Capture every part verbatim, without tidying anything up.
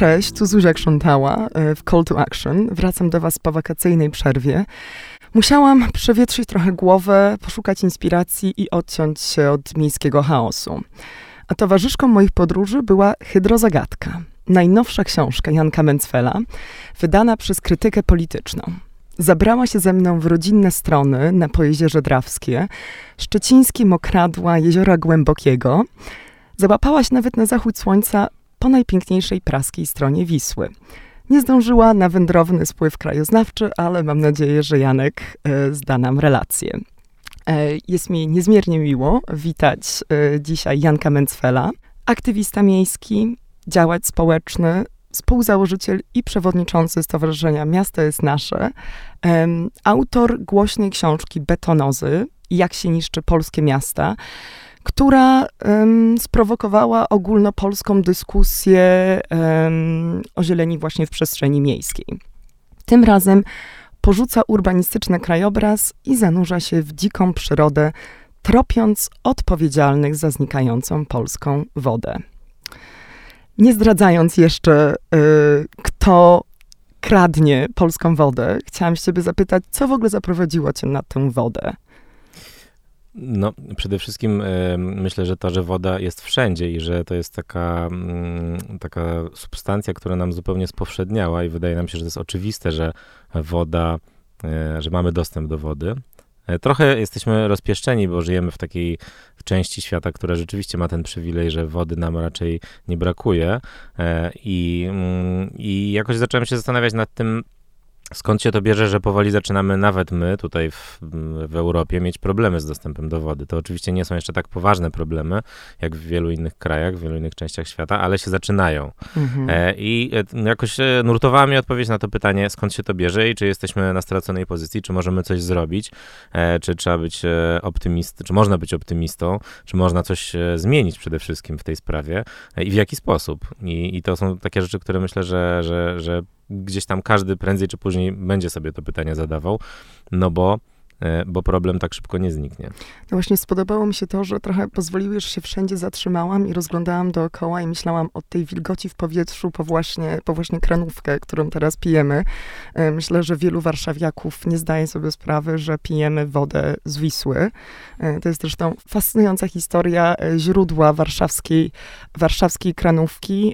Cześć, tu Zuzia Krzątała w Call to Action. Wracam do was po wakacyjnej przerwie. Musiałam przewietrzyć trochę głowę, poszukać inspiracji i odciąć się od miejskiego chaosu. A towarzyszką moich podróży była Hydrozagadka, najnowsza książka Janka Mencfela, wydana przez Krytykę Polityczną. Zabrała się ze mną w rodzinne strony na Pojezierze Drawskie, szczecińskie mokradła Jeziora Głębokiego. Załapała się nawet na zachód słońca po najpiękniejszej praskiej stronie Wisły. Nie zdążyła na wędrowny spływ krajoznawczy, ale mam nadzieję, że Janek e, zda nam relację. E, jest mi niezmiernie miło witać e, dzisiaj Janka Mencfela, aktywista miejski, działacz społeczny, współzałożyciel i przewodniczący Stowarzyszenia Miasto jest Nasze, e, autor głośnej książki Betonozy, jak się niszczy polskie miasta, która um, sprowokowała ogólnopolską dyskusję um, o zieleni właśnie w przestrzeni miejskiej. Tym razem porzuca urbanistyczny krajobraz i zanurza się w dziką przyrodę, tropiąc odpowiedzialnych za znikającą polską wodę. Nie zdradzając jeszcze, y, kto kradnie polską wodę, chciałam się ciebie zapytać, co w ogóle zaprowadziło cię na tę wodę? No, przede wszystkim y, myślę, że to, że woda jest wszędzie i że to jest taka, y, taka substancja, która nam zupełnie spowszedniała i wydaje nam się, że to jest oczywiste, że woda, y, że mamy dostęp do wody. Y, trochę jesteśmy rozpieszczeni, bo żyjemy w takiej części świata, która rzeczywiście ma ten przywilej, że wody nam raczej nie brakuje. Y, i, y, I jakoś zacząłem się zastanawiać nad tym, skąd się to bierze, że powoli zaczynamy nawet my tutaj w, w Europie mieć problemy z dostępem do wody. To oczywiście nie są jeszcze tak poważne problemy, jak w wielu innych krajach, w wielu innych częściach świata, ale się zaczynają. Mhm. E, I jakoś nurtowała mnie odpowiedź na to pytanie, skąd się to bierze i czy jesteśmy na straconej pozycji, czy możemy coś zrobić, e, czy trzeba być optymistą, czy można być optymistą, czy można coś zmienić przede wszystkim w tej sprawie e, i w jaki sposób. I, I to są takie rzeczy, które myślę, że, że, że gdzieś tam każdy prędzej czy później będzie sobie to pytanie zadawał, no bo, bo problem tak szybko nie zniknie. No właśnie spodobało mi się to, że trochę pozwoliłeś, że się wszędzie zatrzymałam i rozglądałam dookoła i myślałam o tej wilgoci w powietrzu po właśnie, po właśnie kranówkę, którą teraz pijemy. Myślę, że wielu warszawiaków nie zdaje sobie sprawy, że pijemy wodę z Wisły. To jest zresztą fascynująca historia źródła warszawskiej, warszawskiej kranówki.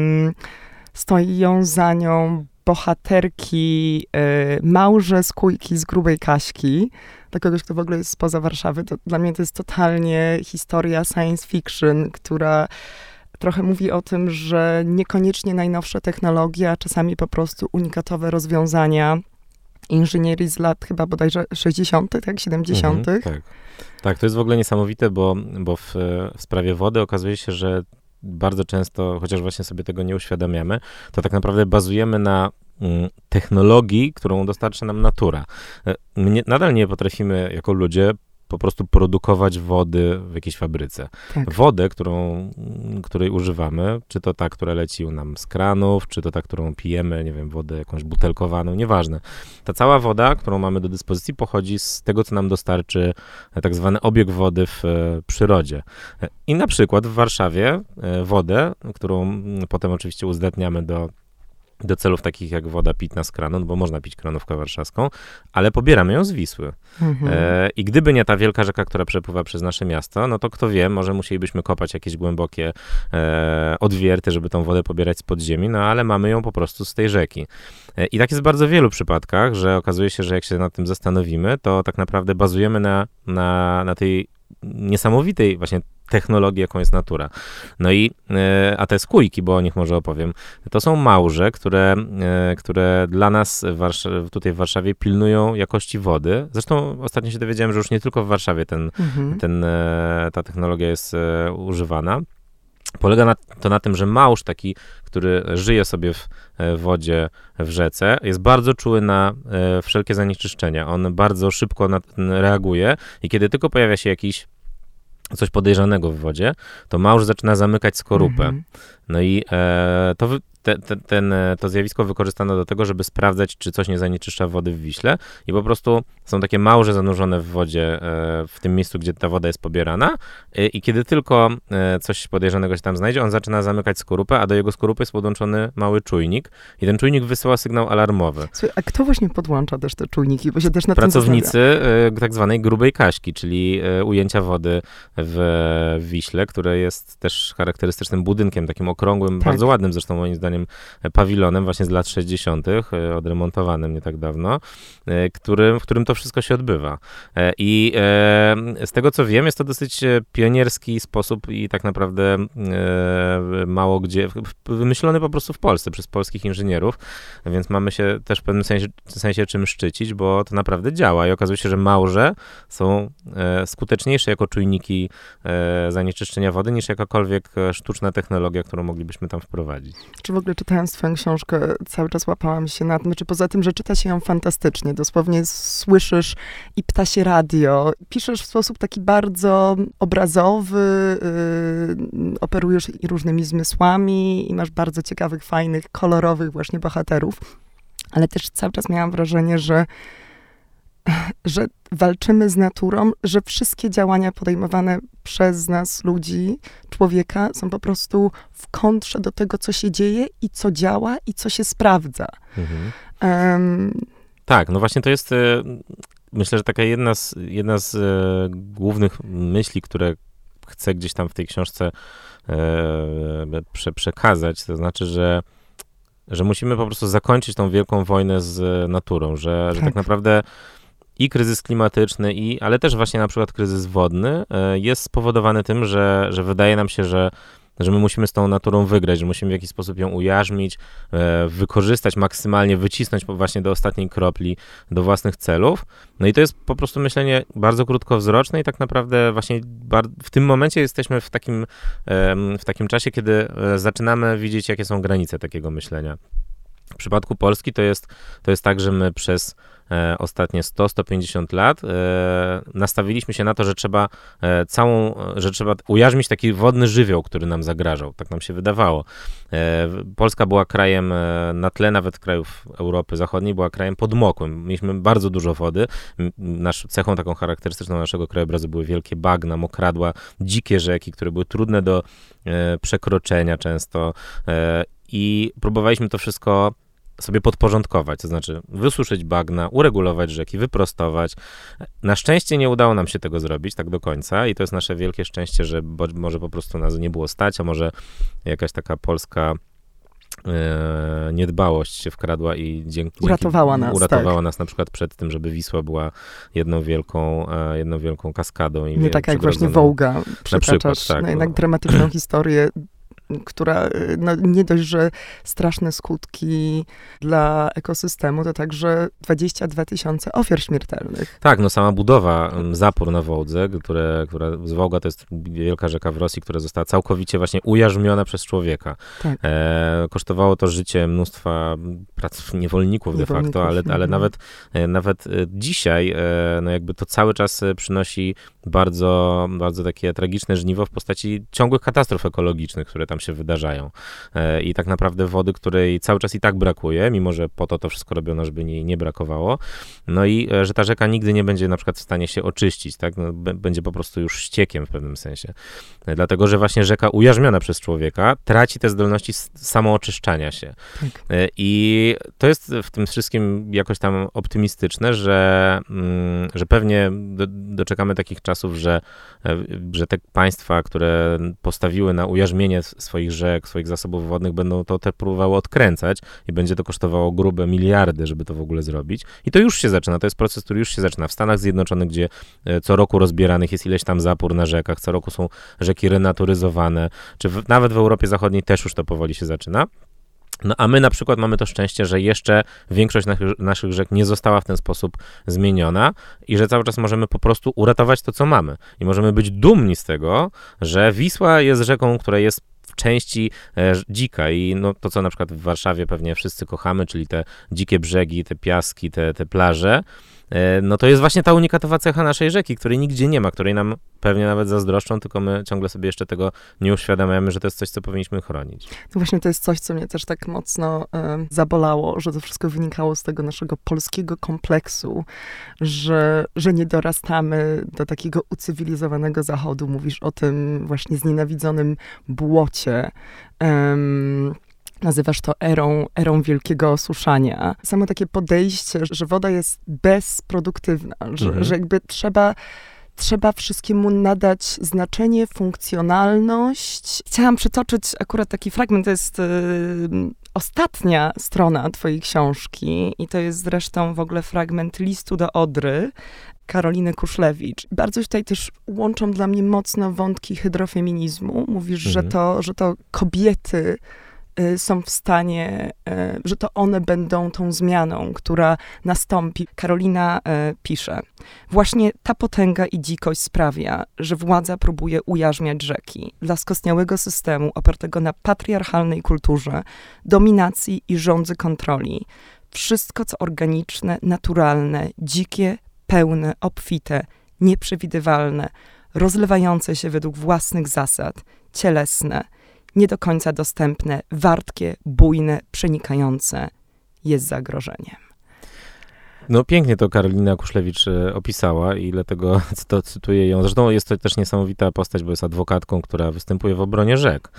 Stoją za nią bohaterki, y, małże z Kujki z Grubej Kaśki. Dla kogoś, kto w ogóle jest spoza Warszawy, to dla mnie to jest totalnie historia science fiction, która trochę mówi o tym, że niekoniecznie najnowsze technologie, a czasami po prostu unikatowe rozwiązania inżynierii z lat chyba bodajże sześćdziesiątych, tak? siedemdziesiątych. Mhm, tak. Tak, to jest w ogóle niesamowite, bo, bo w, w sprawie wody okazuje się, że bardzo często, chociaż właśnie sobie tego nie uświadamiamy, to tak naprawdę bazujemy na mm, technologii, którą dostarcza nam natura. My nie, nadal nie potrafimy jako ludzie po prostu produkować wody w jakiejś fabryce. Tak. Wodę, którą, której używamy, czy to ta, która leci nam z kranów, czy to ta, którą pijemy, nie wiem, wodę jakąś butelkowaną, nieważne. Ta cała woda, którą mamy do dyspozycji, pochodzi z tego, co nam dostarczy tak zwany obieg wody w e, przyrodzie. I na przykład w Warszawie e, wodę, którą potem oczywiście uzdatniamy do do celów takich jak woda pitna z kranu, no bo można pić kranówkę warszawską, ale pobieramy ją z Wisły. Mhm. E, I gdyby nie ta wielka rzeka, która przepływa przez nasze miasto, no to kto wie, może musielibyśmy kopać jakieś głębokie e, odwierty, żeby tą wodę pobierać z podziemi, no ale mamy ją po prostu z tej rzeki. E, I tak jest w bardzo wielu przypadkach, że okazuje się, że jak się nad tym zastanowimy, to tak naprawdę bazujemy na, na, na tej niesamowitej właśnie technologii, jaką jest natura. No i, e, a te skójki, bo o nich może opowiem, to są małże, które, e, które dla nas w Warsz- tutaj w Warszawie pilnują jakości wody. Zresztą ostatnio się dowiedziałem, że już nie tylko w Warszawie ten, mhm. ten, e, ta technologia jest e, używana. Polega na, to na tym, że małż taki, który żyje sobie w wodzie w rzece, jest bardzo czuły na e, wszelkie zanieczyszczenia. On bardzo szybko na, reaguje i kiedy tylko pojawia się jakiś coś podejrzanego w wodzie, to małż zaczyna zamykać skorupę. Mm-hmm. No i e, to, wy, te, te, ten, to zjawisko wykorzystano do tego, żeby sprawdzać, czy coś nie zanieczyszcza wody w Wiśle i po prostu są takie małże zanurzone w wodzie w tym miejscu, gdzie ta woda jest pobierana i kiedy tylko coś podejrzanego się tam znajdzie, on zaczyna zamykać skorupę, a do jego skorupy jest podłączony mały czujnik i ten czujnik wysyła sygnał alarmowy. Słuchaj, a kto właśnie podłącza też te czujniki? Bo się też na Pracownicy tak zwanej grubej Kaśki, czyli ujęcia wody w Wiśle, które jest też charakterystycznym budynkiem, takim okrągłym, tak. bardzo ładnym zresztą moim zdaniem pawilonem właśnie z lat sześćdziesiątych, odremontowanym nie tak dawno, którym, w którym to wszystko się odbywa. I z tego co wiem, jest to dosyć pionierski sposób i tak naprawdę mało gdzie, wymyślony po prostu w Polsce przez polskich inżynierów, więc mamy się też w pewnym sensie, w sensie czym szczycić, bo to naprawdę działa i okazuje się, że małże są skuteczniejsze jako czujniki zanieczyszczenia wody niż jakakolwiek sztuczna technologia, którą moglibyśmy tam wprowadzić. Czy w ogóle czytając twoją książkę cały czas łapałam się na tym, czy poza tym, że czyta się ją fantastycznie, dosłownie słyszysz i ptasie radio, piszesz w sposób taki bardzo obrazowy, yy, operujesz i różnymi zmysłami i masz bardzo ciekawych, fajnych, kolorowych właśnie bohaterów, ale też cały czas miałam wrażenie, że że walczymy z naturą, że wszystkie działania podejmowane przez nas, ludzi, człowieka, są po prostu w kontrze do tego, co się dzieje i co działa i co się sprawdza. Mhm. Um, tak, no właśnie to jest, myślę, że taka jedna z, jedna z głównych myśli, które chcę gdzieś tam w tej książce prze, przekazać, to znaczy, że że musimy po prostu zakończyć tą wielką wojnę z naturą, że tak, że tak naprawdę i kryzys klimatyczny, i, ale też właśnie na przykład kryzys wodny jest spowodowany tym, że, że wydaje nam się, że, że my musimy z tą naturą wygrać, że musimy w jakiś sposób ją ujarzmić, wykorzystać maksymalnie, wycisnąć właśnie do ostatniej kropli do własnych celów. No i to jest po prostu myślenie bardzo krótkowzroczne i tak naprawdę właśnie w tym momencie jesteśmy w takim, w takim czasie, kiedy zaczynamy widzieć, jakie są granice takiego myślenia. W przypadku Polski to jest, to jest tak, że my przez e, ostatnie sto do stu pięćdziesięciu lat e, nastawiliśmy się na to, że trzeba e, całą, że trzeba ujarzmić taki wodny żywioł, który nam zagrażał. Tak nam się wydawało. E, Polska była krajem e, na tle nawet krajów Europy Zachodniej, była krajem podmokłym. Mieliśmy bardzo dużo wody. Nasz, cechą taką charakterystyczną naszego krajobrazu były wielkie bagna, mokradła, dzikie rzeki, które były trudne do e, przekroczenia często. E, I próbowaliśmy to wszystko sobie podporządkować, to znaczy wysuszyć bagna, uregulować rzeki, wyprostować. Na szczęście nie udało nam się tego zrobić tak do końca i to jest nasze wielkie szczęście, że bo, może po prostu nas nie było stać, a może jakaś taka polska e, niedbałość się wkradła i dzięki... Uratowała nas, Uratowała tak. nas na przykład przed tym, żeby Wisła była jedną wielką, e, jedną wielką kaskadą. I nie tak jak właśnie Wołga, przetaczasz tak, no jednak dramatyczną historię, która no, nie dość, że straszne skutki dla ekosystemu, to także dwadzieścia dwa tysiące ofiar śmiertelnych. Tak, no sama budowa zapór na Wołdze, które, która z Wołga to jest wielka rzeka w Rosji, która została całkowicie właśnie ujarzmiona przez człowieka. Tak. E, kosztowało to życie mnóstwa prac niewolników de facto, ale, ale nawet, nawet dzisiaj e, no jakby to cały czas przynosi bardzo, bardzo takie tragiczne żniwo w postaci ciągłych katastrof ekologicznych, które tam się wydarzają. E, I tak naprawdę wody, której cały czas i tak brakuje, mimo że po to to wszystko robiono, żeby jej nie brakowało. No i e, że ta rzeka nigdy nie będzie na przykład w stanie się oczyścić, tak? No, b- będzie po prostu już ściekiem w pewnym sensie. E, dlatego, że właśnie rzeka ujarzmiona przez człowieka traci te zdolności s- samooczyszczania się. Tak. E, I to jest w tym wszystkim jakoś tam optymistyczne, że, mm, że pewnie do, doczekamy takich czasów, że, że te państwa, które postawiły na ujarzmienie swoich rzek, swoich zasobów wodnych, będą to te próbowały odkręcać i będzie to kosztowało grube miliardy, żeby to w ogóle zrobić. I to już się zaczyna, to jest proces, który już się zaczyna. W Stanach Zjednoczonych, gdzie co roku rozbieranych jest ileś tam zapór na rzekach, co roku są rzeki renaturyzowane, czy w, nawet w Europie Zachodniej też już to powoli się zaczyna. No a my na przykład mamy to szczęście, że jeszcze większość naszych, naszych rzek nie została w ten sposób zmieniona i że cały czas możemy po prostu uratować to, co mamy. I możemy być dumni z tego, że Wisła jest rzeką, która jest w części e, dzika i no, to, co na przykład w Warszawie pewnie wszyscy kochamy, czyli te dzikie brzegi, te piaski, te, te plaże, no to jest właśnie ta unikatowa cecha naszej rzeki, której nigdzie nie ma, której nam pewnie nawet zazdroszczą, tylko my ciągle sobie jeszcze tego nie uświadamiamy, że to jest coś, co powinniśmy chronić. No właśnie to jest coś, co mnie też tak mocno y, zabolało, że to wszystko wynikało z tego naszego polskiego kompleksu, że, że nie dorastamy do takiego ucywilizowanego zachodu. Mówisz o tym właśnie znienawidzonym błocie. Um, Nazywasz to erą, erą wielkiego osuszania. Samo takie podejście, że woda jest bezproduktywna, że, mhm. że jakby trzeba, trzeba wszystkiemu nadać znaczenie, funkcjonalność. Chciałam przytoczyć akurat taki fragment, to jest y, ostatnia strona twojej książki i to jest zresztą w ogóle fragment listu do Odry Karoliny Kuszlewicz. Bardzo tutaj też łączą dla mnie mocno wątki hydrofeminizmu. Mówisz, mhm. że, to, że to kobiety są w stanie, że to one będą tą zmianą, która nastąpi. Karolina pisze, właśnie ta potęga i dzikość sprawia, że władza próbuje ujarzmiać rzeki. Dla skostniałego systemu opartego na patriarchalnej kulturze, dominacji i rządzy kontroli. Wszystko, co organiczne, naturalne, dzikie, pełne, obfite, nieprzewidywalne, rozlewające się według własnych zasad, cielesne, nie do końca dostępne, wartkie, bujne, przenikające, jest zagrożeniem. No pięknie to Karolina Kuszlewicz opisała i dlatego to cytuję ją. Zresztą jest to też niesamowita postać, bo jest adwokatką, która występuje w obronie rzek.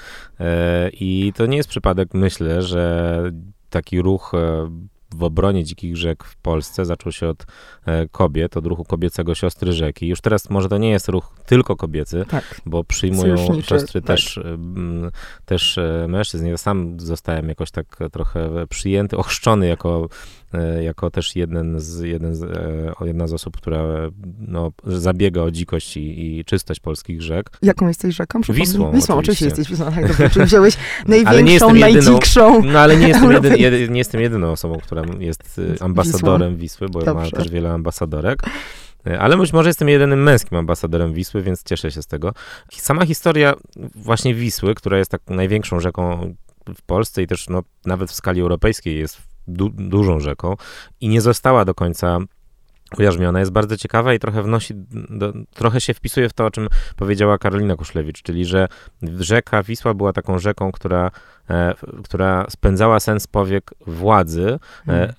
I to nie jest przypadek, myślę, że taki ruch w obronie dzikich rzek w Polsce zaczął się od e, kobiet, od ruchu kobiecego Siostry Rzeki. Już teraz może to nie jest ruch tylko kobiecy, tak. bo przyjmują siostry tak. też, m, też e, mężczyzn. Ja sam zostałem jakoś tak trochę przyjęty, ochrzczony jako, e, jako też jeden z, jeden z, e, jedna z osób, która no, zabiega o dzikość i, i czystość polskich rzek. Jaką jesteś rzeką? Wisłą. Wisłą, oczywiście jesteś Wisłą. Tak, dobrze, czyli wziąłeś największą, ale nie jestem najdzikszą. Jedyną, no ale nie jestem, jedyn, jedy, nie jestem jedyną osobą, która jest ambasadorem Wisły, bo Dobrze. mamy też wiele ambasadorek. Ale być może jestem jedynym męskim ambasadorem Wisły, więc cieszę się z tego. Sama historia właśnie Wisły, która jest tak największą rzeką w Polsce i też no, nawet w skali europejskiej jest du- dużą rzeką i nie została do końca ujarzmiona, jest bardzo ciekawa i trochę wnosi, do, trochę się wpisuje w to, o czym powiedziała Karolina Kuszlewicz, czyli że rzeka Wisła była taką rzeką, która, e, która spędzała sens powiek władzy e,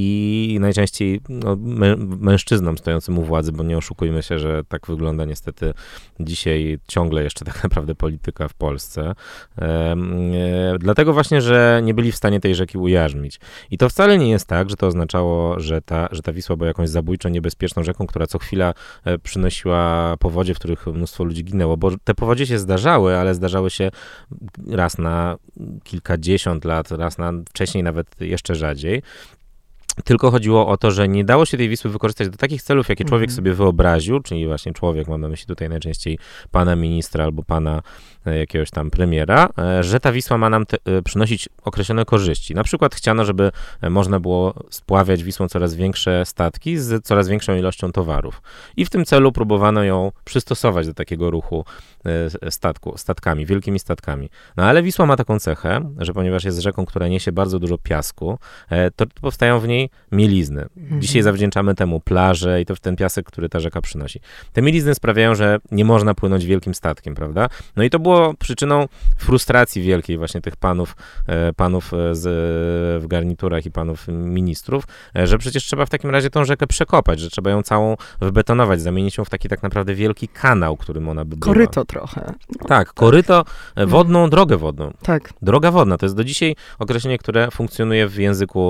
i najczęściej no, mę, mężczyznom stojącym u władzy, bo nie oszukujmy się, że tak wygląda niestety dzisiaj ciągle jeszcze tak naprawdę polityka w Polsce. E, e, dlatego właśnie, że nie byli w stanie tej rzeki ujarzmić. I to wcale nie jest tak, że to oznaczało, że ta, że ta Wisła była jakąś zabójczą, niebezpieczną rzeką, która co chwila e, przynosiła powodzie, w których mnóstwo ludzi ginęło, bo te powodzie się zdarzały, ale zdarzały się raz na kilkadziesiąt lat, raz na wcześniej nawet jeszcze rzadziej. Tylko chodziło o to, że nie dało się tej Wisły wykorzystać do takich celów, jakie człowiek mm-hmm. sobie wyobraził, czyli właśnie człowiek, mam na myśli tutaj najczęściej pana ministra albo pana jakiegoś tam premiera, że ta Wisła ma nam te, przynosić określone korzyści. Na przykład chciano, żeby można było spławiać Wisłą coraz większe statki z coraz większą ilością towarów. I w tym celu próbowano ją przystosować do takiego ruchu statku, statkami, wielkimi statkami. No ale Wisła ma taką cechę, że ponieważ jest rzeką, która niesie bardzo dużo piasku, to powstają w niej mielizny. Mhm. Dzisiaj zawdzięczamy temu plaże i to ten piasek, który ta rzeka przynosi. Te mielizny sprawiają, że nie można płynąć wielkim statkiem, prawda? No i to było przyczyną frustracji wielkiej właśnie tych panów, panów z, w garniturach i panów ministrów, że przecież trzeba w takim razie tą rzekę przekopać, że trzeba ją całą wybetonować, zamienić ją w taki tak naprawdę wielki kanał, którym ona by była. Koryto trochę. No, tak, koryto wodną, hmm. drogę wodną. Tak. Droga wodna to jest do dzisiaj określenie, które funkcjonuje w języku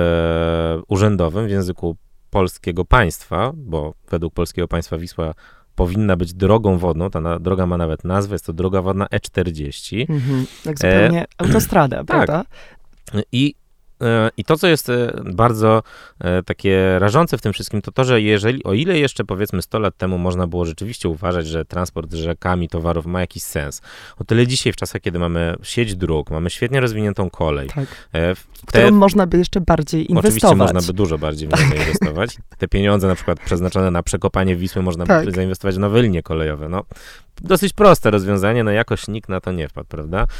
e, urzędowym, w języku polskiego państwa, bo według polskiego państwa Wisła powinna być drogą wodną, ta na, droga ma nawet nazwę, jest to droga wodna E czterdzieści. Mhm, tak zupełnie e, autostrada, prawda? Tak. I I to, co jest bardzo takie rażące w tym wszystkim, to to, że jeżeli, o ile jeszcze powiedzmy sto lat temu można było rzeczywiście uważać, że transport rzekami towarów ma jakiś sens, o tyle dzisiaj w czasach, kiedy mamy sieć dróg, mamy świetnie rozwiniętą kolej. Tak. Te, w którą można by jeszcze bardziej inwestować. Oczywiście można by dużo bardziej w nią zainwestować. Te pieniądze na przykład przeznaczone na przekopanie Wisły można tak. by zainwestować w nowe linie kolejowe. No, dosyć proste rozwiązanie, no jakoś nikt na to nie wpadł, prawda?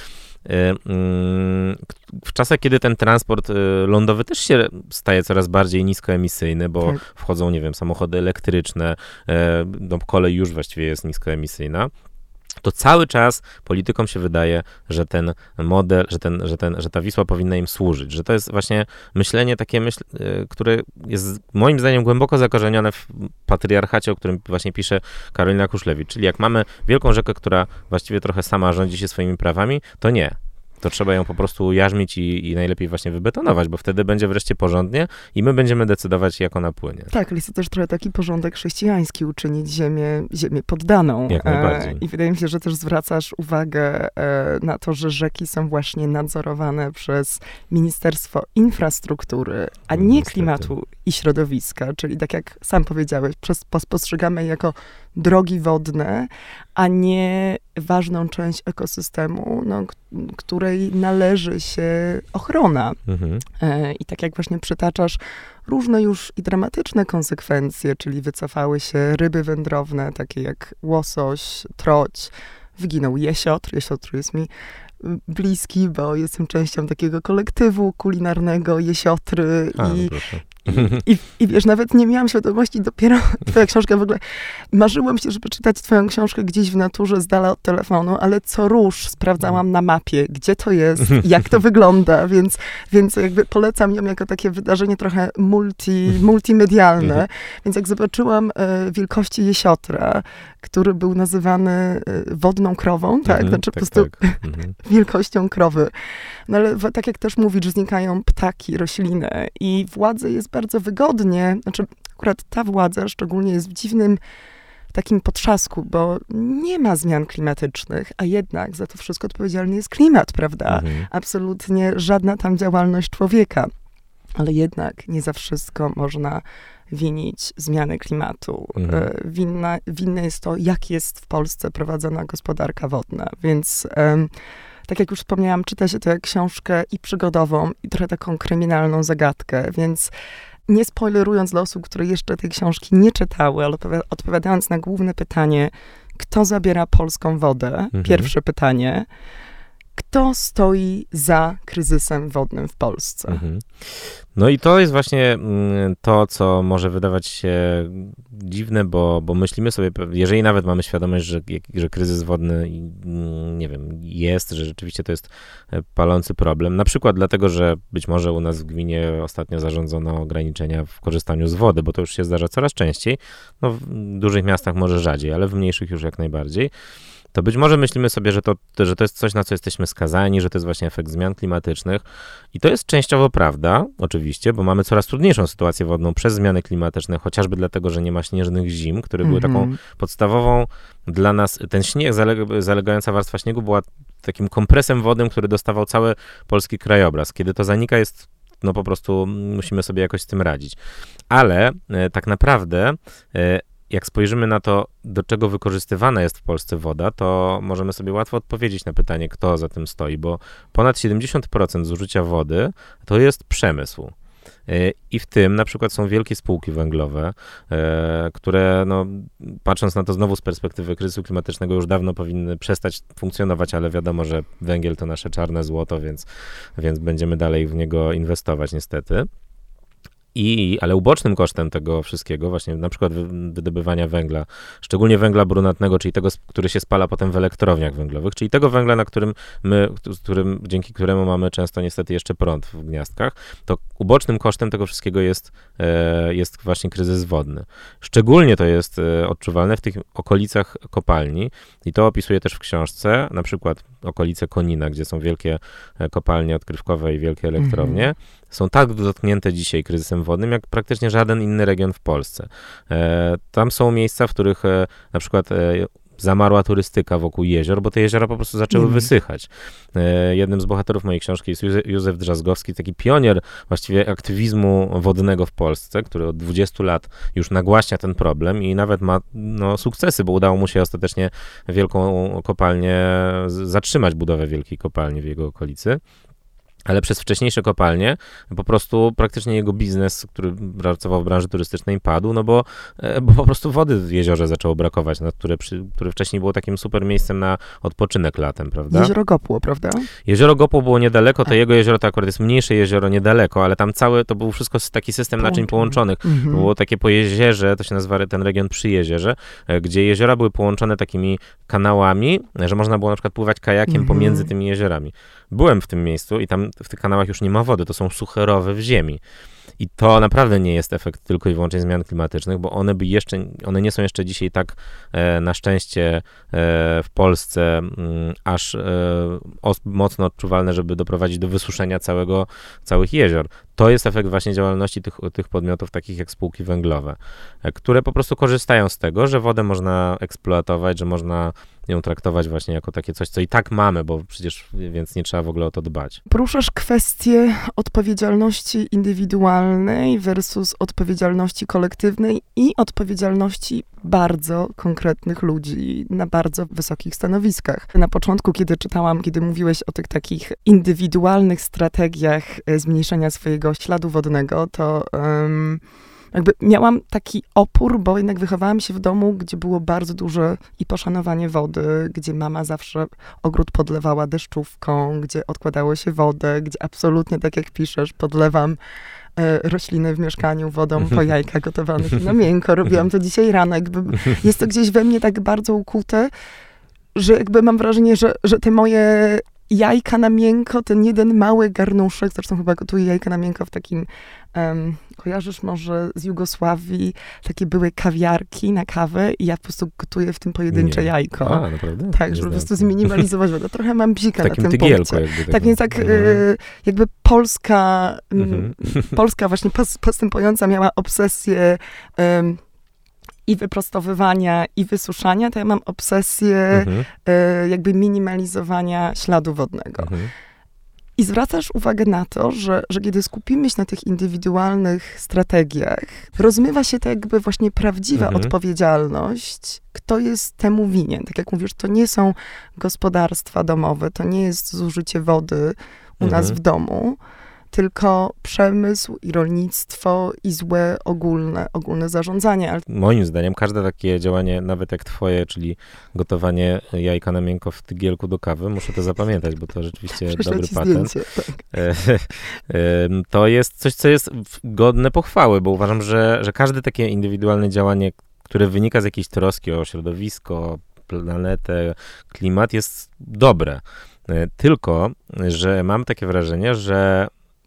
w czasach, kiedy ten transport lądowy też się staje coraz bardziej niskoemisyjny, bo tak. wchodzą, nie wiem, samochody elektryczne, no, kolej już właściwie jest niskoemisyjna, to cały czas politykom się wydaje, że ten model, że, ten, że, ten, że ta Wisła powinna im służyć, że to jest właśnie myślenie takie, myśl, które jest moim zdaniem głęboko zakorzenione w patriarchacie, o którym właśnie pisze Karolina Kruszlewicz, czyli jak mamy wielką rzekę, która właściwie trochę sama rządzi się swoimi prawami, to nie. To trzeba ją po prostu jarzmić i, i najlepiej właśnie wybetonować, bo wtedy będzie wreszcie porządnie i my będziemy decydować, jak ona płynie. Tak, ale jest to też trochę taki porządek chrześcijański, uczynić ziemię, ziemię poddaną. Jak najbardziej. E, I wydaje mi się, że też zwracasz uwagę e, na to, że rzeki są właśnie nadzorowane przez Ministerstwo Infrastruktury, a nie Niestety. Klimatu i Środowiska, czyli tak jak sam powiedziałeś, przez, postrzegamy je jako drogi wodne, a nie ważną część ekosystemu, no, k- której należy się ochrona. Mhm. E, I tak jak właśnie przytaczasz różne już i dramatyczne konsekwencje, czyli wycofały się ryby wędrowne, takie jak łosoś, troć, wyginął jesiotr. Jesiotr jest mi bliski, bo jestem częścią takiego kolektywu kulinarnego Jesiotry. A, i, no I, i, I wiesz, nawet nie miałam świadomości, dopiero twoja książka w ogóle, marzyłam się, żeby czytać twoją książkę gdzieś w naturze, z dala od telefonu, ale co rusz sprawdzałam na mapie, gdzie to jest, jak to wygląda, więc, więc jakby polecam ją jako takie wydarzenie trochę multi, multimedialne. Więc jak zobaczyłam e, wielkości jesiotra, który był nazywany e, wodną krową, tak? Mhm, Znaczy tak, po prostu tak. Mhm. wielkością krowy. No ale w, tak jak też mówisz, znikają ptaki, rośliny i władzy jest bardzo wygodnie, znaczy akurat ta władza szczególnie jest w dziwnym takim potrzasku, bo nie ma zmian klimatycznych, a jednak za to wszystko odpowiedzialny jest klimat, prawda? Mhm. Absolutnie żadna tam działalność człowieka. Ale jednak nie za wszystko można winić zmiany klimatu. Mhm. Winna, winne jest to, jak jest w Polsce prowadzona gospodarka wodna. Więc um, tak jak już wspomniałam, czyta się tę książkę i przygodową, i trochę taką kryminalną zagadkę, więc nie spoilerując dla osób, które jeszcze tej książki nie czytały, ale odpowiadając na główne pytanie, kto zabiera polską wodę? Mhm. Pierwsze pytanie. Kto stoi za kryzysem wodnym w Polsce? Mhm. No i to jest właśnie to, co może wydawać się dziwne, bo, bo myślimy sobie, jeżeli nawet mamy świadomość, że, że kryzys wodny, nie wiem, jest, że rzeczywiście to jest palący problem, na przykład dlatego, że być może u nas w gminie ostatnio zarządzono ograniczenia w korzystaniu z wody, bo to już się zdarza coraz częściej, no w dużych miastach może rzadziej, ale w mniejszych już jak najbardziej. To być może myślimy sobie, że to, że to jest coś, na co jesteśmy skazani, że to jest właśnie efekt zmian klimatycznych. I to jest częściowo prawda, oczywiście, bo mamy coraz trudniejszą sytuację wodną przez zmiany klimatyczne, chociażby dlatego, że nie ma śnieżnych zim, które mm-hmm. były taką podstawową dla nas. Ten śnieg, zaleg- zalegająca warstwa śniegu była takim kompresem wodnym, który dostawał cały polski krajobraz. Kiedy to zanika, jest no po prostu musimy sobie jakoś z tym radzić. Ale e, tak naprawdę e, jak spojrzymy na to, do czego wykorzystywana jest w Polsce woda, to możemy sobie łatwo odpowiedzieć na pytanie, kto za tym stoi, bo ponad siedemdziesiąt procent zużycia wody to jest przemysł. I w tym na przykład są wielkie spółki węglowe, które no, patrząc na to znowu z perspektywy kryzysu klimatycznego już dawno powinny przestać funkcjonować, ale wiadomo, że węgiel to nasze czarne złoto, więc, więc będziemy dalej w niego inwestować niestety. I, ale ubocznym kosztem tego wszystkiego, właśnie na przykład wydobywania węgla, szczególnie węgla brunatnego, czyli tego, który się spala potem w elektrowniach węglowych, czyli tego węgla, na którym my, którym, dzięki któremu mamy często niestety jeszcze prąd w gniazdkach, to ubocznym kosztem tego wszystkiego jest, jest właśnie kryzys wodny. Szczególnie to jest odczuwalne w tych okolicach kopalni i to opisuję też w książce, na przykład okolice Konina, gdzie są wielkie kopalnie odkrywkowe i wielkie elektrownie, mhm. są tak dotknięte dzisiaj kryzysem wodnym, jak praktycznie żaden inny region w Polsce. E, tam są miejsca, w których e, na przykład e, zamarła turystyka wokół jezior, bo te jeziora po prostu zaczęły mm. wysychać. E, jednym z bohaterów mojej książki jest Józef, Józef Drzazgowski, taki pionier właściwie aktywizmu wodnego w Polsce, który od dwudziestu lat już nagłaśnia ten problem i nawet ma no, sukcesy, bo udało mu się ostatecznie wielką kopalnię, zatrzymać budowę wielkiej kopalni w jego okolicy. ale przez wcześniejsze kopalnie po prostu praktycznie jego biznes, który pracował w branży turystycznej, padł, no bo, bo po prostu wody w jeziorze zaczęło brakować, na które, przy, które wcześniej było takim super miejscem na odpoczynek latem, prawda? Jezioro Gopło, prawda? Jezioro Gopło było niedaleko, to A. jego jezioro to akurat jest mniejsze jezioro niedaleko, ale tam całe, to był wszystko taki system naczyń połączonych. Mhm. Było takie po jezierze, to się nazywa ten region przy jezierze, gdzie jeziora były połączone takimi kanałami, że można było na przykład pływać kajakiem Mhm. pomiędzy tymi jeziorami. Byłem w tym miejscu i tam w tych kanałach już nie ma wody, to są suche rowy w ziemi. I to naprawdę nie jest efekt tylko i wyłącznie zmian klimatycznych, bo one by jeszcze, one nie są jeszcze dzisiaj tak e, na szczęście e, w Polsce m, aż e, os, mocno odczuwalne, żeby doprowadzić do wysuszenia całego, całych jezior. To jest efekt właśnie działalności tych, tych podmiotów, takich jak spółki węglowe, e, które po prostu korzystają z tego, że wodę można eksploatować, że można ją traktować właśnie jako takie coś, co i tak mamy, bo przecież, więc nie trzeba w ogóle o to dbać. Poruszasz kwestię odpowiedzialności indywidualnej versus odpowiedzialności kolektywnej i odpowiedzialności bardzo konkretnych ludzi na bardzo wysokich stanowiskach. Na początku, kiedy czytałam, kiedy mówiłeś o tych takich indywidualnych strategiach zmniejszenia swojego śladu wodnego, to um, jakby miałam taki opór, bo jednak wychowałam się w domu, gdzie było bardzo duże i poszanowanie wody, gdzie mama zawsze ogród podlewała deszczówką, gdzie odkładało się wodę, gdzie absolutnie, tak jak piszesz, podlewam e, rośliny w mieszkaniu wodą po jajka gotowanych na miękko. Robiłam to dzisiaj rano. Jakby jest to gdzieś we mnie tak bardzo ukute, że jakby mam wrażenie, że, że te moje jajka na miękko, ten jeden mały garnuszek, zresztą chyba gotuję jajka na miękko w takim, um, kojarzysz może z Jugosławii, takie były kawiarki na kawę i ja po prostu gotuję w tym pojedyncze Nie. jajko. A, naprawdę? Tak, żeby po prostu zminimalizować wodę. Trochę mam bzika na tym tygielku punkcie. jakby. Tak więc tak y, jakby Polska, Mhm. Polska właśnie pos, postępująca miała obsesję um, i wyprostowywania, i wysuszania, to ja mam obsesję Mhm. e, jakby minimalizowania śladu wodnego. Mhm. I zwracasz uwagę na to, że, że kiedy skupimy się na tych indywidualnych strategiach, rozmywa się to jakby właśnie prawdziwa Mhm. odpowiedzialność, kto jest temu winien. Tak jak mówisz, to nie są gospodarstwa domowe, to nie jest zużycie wody u nas Mhm. w domu, tylko przemysł i rolnictwo i złe ogólne, ogólne zarządzanie. Ale Moim zdaniem każde takie działanie, nawet jak twoje, czyli gotowanie jajka na miękko w tygielku do kawy, muszę to zapamiętać, bo to rzeczywiście przyślę dobry ci patent. zdjęcie. Tak. E, e, To jest coś, co jest w- godne pochwały, bo uważam, że, że każde takie indywidualne działanie, które wynika z jakiejś troski o środowisko, planetę, klimat, jest dobre. E, Tylko, że mam takie wrażenie, że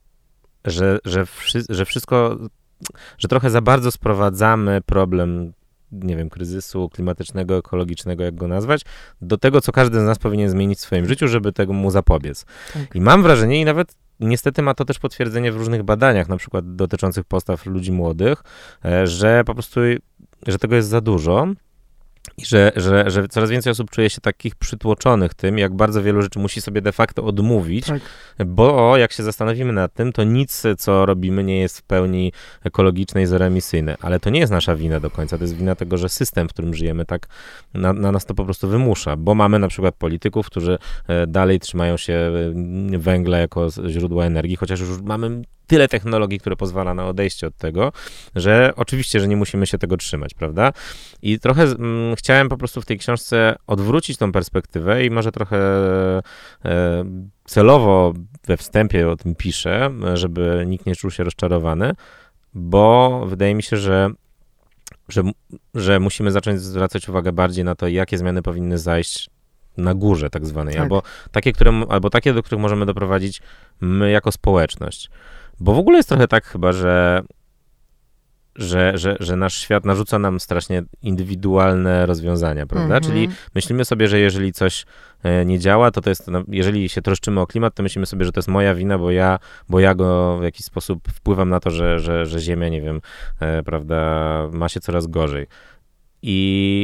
że, że, wszy, że wszystko, że trochę za bardzo sprowadzamy problem, nie wiem, kryzysu klimatycznego, ekologicznego, jak go nazwać, do tego, co każdy z nas powinien zmienić w swoim życiu, żeby tego mu zapobiec. Tak. I mam wrażenie, i nawet niestety ma to też potwierdzenie w różnych badaniach, na przykład dotyczących postaw ludzi młodych, e, że po prostu, że tego jest za dużo. I że, że, że coraz więcej osób czuje się takich przytłoczonych tym, jak bardzo wielu rzeczy musi sobie de facto odmówić, Tak. bo jak się zastanowimy nad tym, to nic, co robimy, nie jest w pełni ekologiczne i zeroemisyjne. Ale to nie jest nasza wina do końca, to jest wina tego, że system, w którym żyjemy, tak na, na nas to po prostu wymusza, bo mamy na przykład polityków, którzy e, dalej trzymają się e, węgla jako z- źródła energii, chociaż już mamy tyle technologii, które pozwala na odejście od tego, że oczywiście, że nie musimy się tego trzymać, prawda? I trochę mm, chciałem po prostu w tej książce odwrócić tą perspektywę i może trochę e, celowo we wstępie o tym piszę, żeby nikt nie czuł się rozczarowany, bo wydaje mi się, że że, że musimy zacząć zwracać uwagę bardziej na to, jakie zmiany powinny zajść na górze tak zwanej, Tak. albo takie, które, albo takie, do których możemy doprowadzić my jako społeczność. Bo w ogóle jest trochę tak chyba, że, że, że, że nasz świat narzuca nam strasznie indywidualne rozwiązania, prawda? Mhm. Czyli myślimy sobie, że jeżeli coś e, nie działa, to to jest, no, jeżeli się troszczymy o klimat, to myślimy sobie, że to jest moja wina, bo ja, bo ja go w jakiś sposób wpływam na to, że, że, że Ziemia, nie wiem, e, prawda, ma się coraz gorzej. I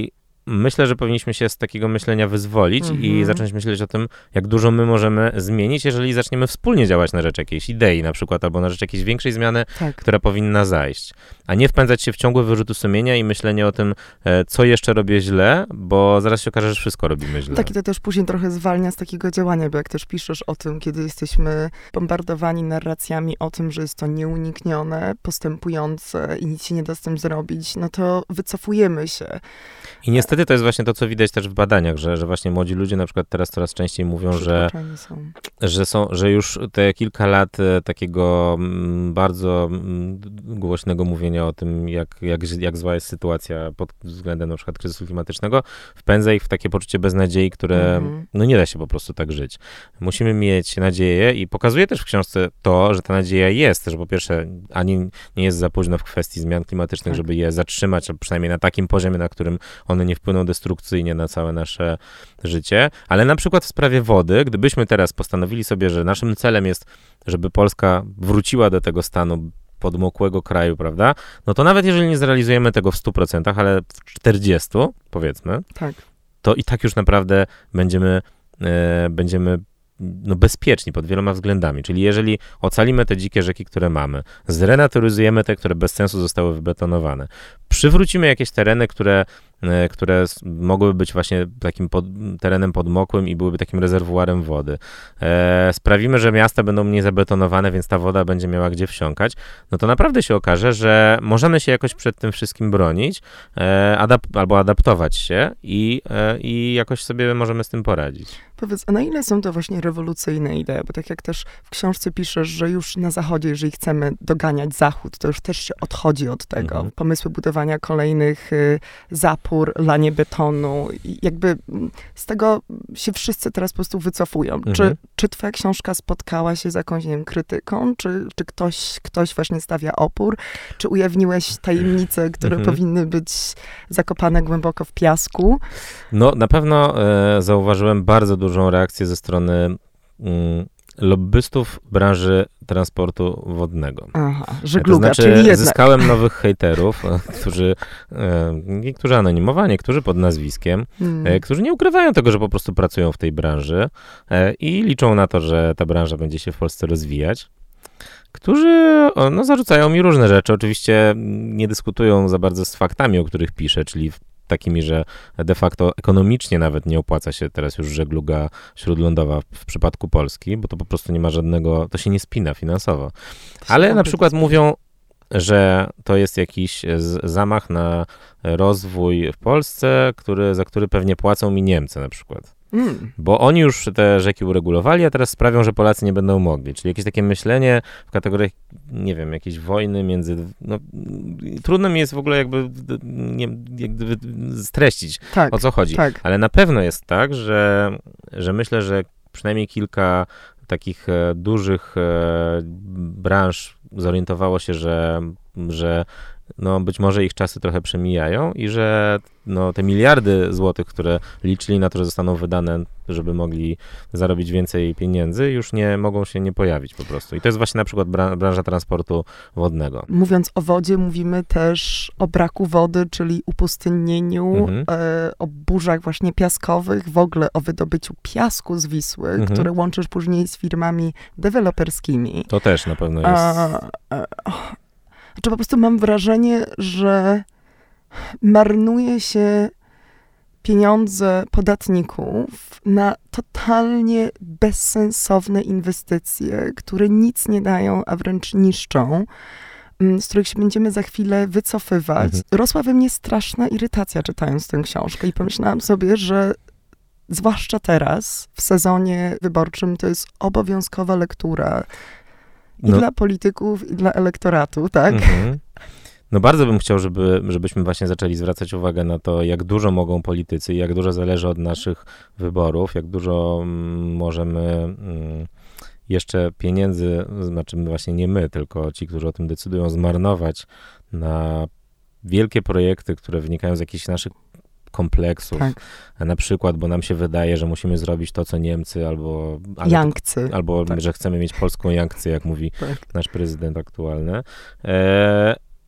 myślę, że powinniśmy się z takiego myślenia wyzwolić mhm. i zacząć myśleć o tym, jak dużo my możemy zmienić, jeżeli zaczniemy wspólnie działać na rzecz jakiejś idei na przykład, albo na rzecz jakiejś większej zmiany, tak. która powinna zajść. A nie wpędzać się w ciągłe wyrzuty sumienia i myślenie o tym, co jeszcze robię źle, bo zaraz się okaże, że wszystko robimy źle. Tak, i to też później trochę zwalnia z takiego działania, bo jak też piszesz o tym, kiedy jesteśmy bombardowani narracjami o tym, że jest to nieuniknione, postępujące i nic się nie da z tym zrobić, no to wycofujemy się. I niestety to jest właśnie to, co widać też w badaniach, że, że właśnie młodzi ludzie na przykład teraz coraz częściej mówią, że są. Że, są, że już te kilka lat takiego bardzo głośnego mówienia o tym, jak, jak, jak zła jest sytuacja pod względem na przykład kryzysu klimatycznego, wpędza ich w takie poczucie beznadziei, które mhm. no nie da się po prostu tak żyć. Musimy mieć nadzieję i pokazuje też w książce to, że ta nadzieja jest, że po pierwsze ani nie jest za późno w kwestii zmian klimatycznych, tak. żeby je zatrzymać, a przynajmniej na takim poziomie, na którym one nie wpłyną destrukcyjnie na całe nasze życie, ale na przykład w sprawie wody, gdybyśmy teraz postanowili sobie, że naszym celem jest, żeby Polska wróciła do tego stanu podmokłego kraju, prawda, no to nawet jeżeli nie zrealizujemy tego w stu procentach, ale w czterdziestu, powiedzmy, tak. to i tak już naprawdę będziemy, e, będziemy no, bezpieczni pod wieloma względami. Czyli jeżeli ocalimy te dzikie rzeki, które mamy, zrenaturyzujemy te, które bez sensu zostały wybetonowane, przywrócimy jakieś tereny, które, które mogłyby być właśnie takim pod, terenem podmokłym i byłyby takim rezerwuarem wody. E, sprawimy, że miasta będą mniej zabetonowane, więc ta woda będzie miała gdzie wsiąkać, no to naprawdę się okaże, że możemy się jakoś przed tym wszystkim bronić e, adap- albo adaptować się i, e, i jakoś sobie możemy z tym poradzić. Powiedz, a na ile są to właśnie rewolucyjne idee? Bo tak jak też w książce piszesz, że już na Zachodzie, jeżeli chcemy doganiać Zachód, to już też się odchodzi od tego. Mhm. Pomysły budowania kolejnych y, zapór, lanie betonu. I jakby z tego się wszyscy teraz po prostu wycofują. Mhm. Czy, czy twoja książka spotkała się z jakąś, nie wiem, krytyką? Czy, czy ktoś, ktoś właśnie stawia opór? Czy ujawniłeś tajemnice, które mhm. powinny być zakopane głęboko w piasku? No, na pewno e, zauważyłem bardzo dużo dużą reakcję ze strony mm, lobbystów branży transportu wodnego. Aha, żegluga, to znaczy, czyli jednak. Zyskałem nowych hejterów, którzy, e, niektórzy anonimowo, niektórzy pod nazwiskiem, hmm. e, którzy nie ukrywają tego, że po prostu pracują w tej branży e, i liczą na to, że ta branża będzie się w Polsce rozwijać. Którzy no, zarzucają mi różne rzeczy. Oczywiście nie dyskutują za bardzo z faktami, o których piszę, czyli w takimi, że de facto ekonomicznie nawet nie opłaca się teraz już żegluga śródlądowa w przypadku Polski, bo to po prostu nie ma żadnego, to się nie spina finansowo. Ale na przykład mówią, że to jest jakiś zamach na rozwój w Polsce, który, za który pewnie płacą mi Niemcy na przykład. Mm. Bo oni już te rzeki uregulowali, a teraz sprawią, że Polacy nie będą mogli. Czyli jakieś takie myślenie w kategoriach, nie wiem, jakiejś wojny między... No, trudno mi jest w ogóle jakby, nie, jakby streścić, tak, o co chodzi. Tak. Ale na pewno jest tak, że, że myślę, że przynajmniej kilka takich e, dużych e, branż zorientowało się, że, że no być może ich czasy trochę przemijają i że no, te miliardy złotych, które liczyli na to, że zostaną wydane, żeby mogli zarobić więcej pieniędzy, już nie mogą się nie pojawić po prostu. I to jest właśnie na przykład bran- branża transportu wodnego. Mówiąc o wodzie, mówimy też o braku wody, czyli upustynieniu, mhm. e, o burzach właśnie piaskowych, w ogóle o wydobyciu piasku z Wisły, mhm. które łączysz później z firmami deweloperskimi. To też na pewno jest... A, a, Znaczy po prostu mam wrażenie, że marnuje się pieniądze podatników na totalnie bezsensowne inwestycje, które nic nie dają, a wręcz niszczą, z których się będziemy za chwilę wycofywać. Mhm. Rosła we mnie straszna irytacja czytając tę książkę i pomyślałam sobie, że zwłaszcza teraz, w sezonie wyborczym, to jest obowiązkowa lektura i no. dla polityków, i dla elektoratu, tak? Mhm. No bardzo bym chciał, żeby, żebyśmy właśnie zaczęli zwracać uwagę na to, jak dużo mogą politycy, jak dużo zależy od naszych wyborów, jak dużo mm, możemy mm, jeszcze pieniędzy, znaczy właśnie nie my, tylko ci, którzy o tym decydują, zmarnować na wielkie projekty, które wynikają z jakichś naszych kompleksów. Tak. Na przykład, bo nam się wydaje, że musimy zrobić to, co Niemcy, albo... Jankcy. To, albo, tak. że chcemy mieć polską Jankcję, jak mówi tak. nasz prezydent aktualny. E,